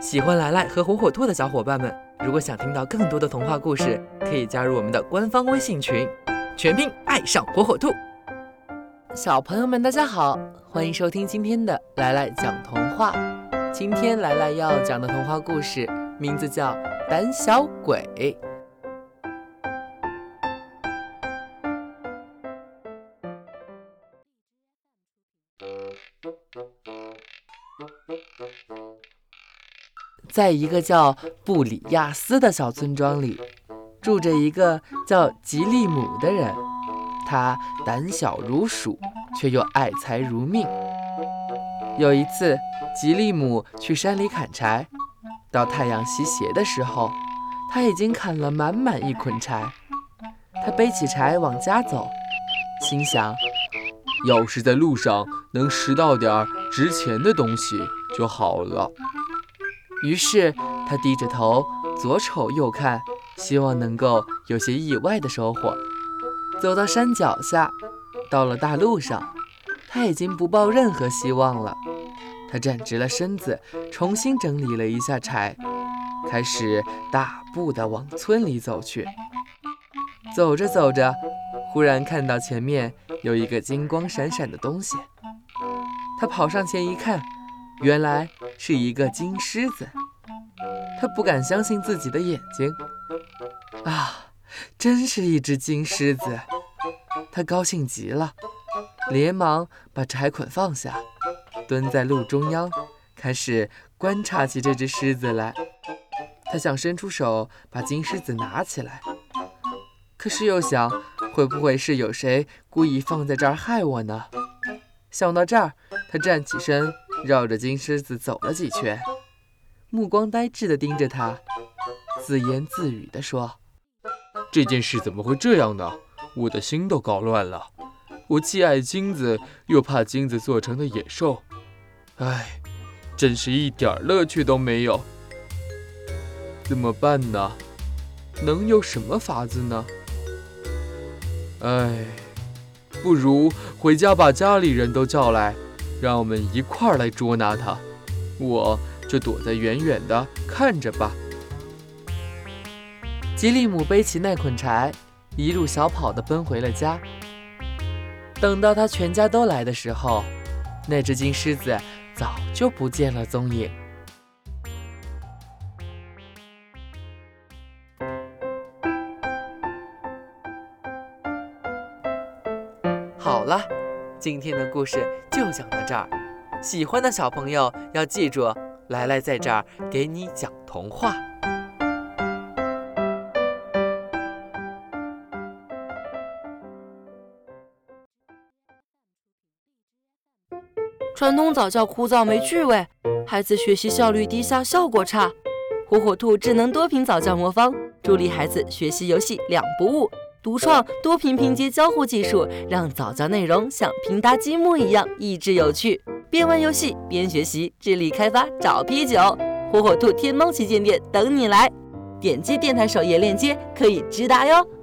喜欢来来和火火兔的小伙伴们，如果想听到更多的童话故事，可以加入我们的官方微信群，全拼爱上火火兔。小朋友们大家好，欢迎收听今天的来来讲童话。今天来来要讲的童话故事名字叫《胆小鬼》。在一个叫布里亚斯的小村庄里，住着一个叫吉利姆的人。他胆小如鼠，却又爱财如命。有一次，吉利姆去山里砍柴，到太阳西斜的时候，他已经砍了满满一捆柴。他背起柴往家走，心想， 要是在路上能拾到点值钱的东西就好了。 于是他低着头，左瞅右看，希望能够有些意外的收获。走到山脚下，到了大路上，他已经不抱任何希望了。他站直了身子，重新整理了一下柴，开始大步地往村里走去。走着走着，忽然看到前面有一个金光闪闪的东西。他跑上前一看，原来是一个金狮子。他不敢相信自己的眼睛，真是一只金狮子。他高兴极了，连忙把柴捆放下，蹲在路中央，开始观察起这只狮子来。他想伸出手把金狮子拿起来，可是又想，会不会是有谁故意放在这儿害我呢？想到这儿，他站起身，绕着金狮子走了几圈，目光呆滞地盯着他，自言自语地说， 这件事怎么会这样呢？我的心都搞乱了。我既爱金子，又怕金子做成的野兽，真是一点乐趣都没有。怎么办呢？能有什么法子呢？不如回家把家里人都叫来，让我们一块儿来捉拿他，我就躲在远远的看着吧。 吉利姆背起那捆柴，一路小跑地奔回了家。等到他全家都来的时候，那只金狮子早就不见了踪影。好了，今天的故事就讲到这儿。喜欢的小朋友要记住，来来在这儿给你讲童话。 传统早教枯燥没趣味，孩子学习效率低下，效果差。火火兔智能多屏早教魔方，助力孩子学习游戏两不误。独创多屏拼接交互技术，让早教内容像拼搭积木一样益智有趣。边玩游戏边学习，智力开发找啤酒。火火兔天猫旗舰店等你来，点击电台首页链接可以直达哟。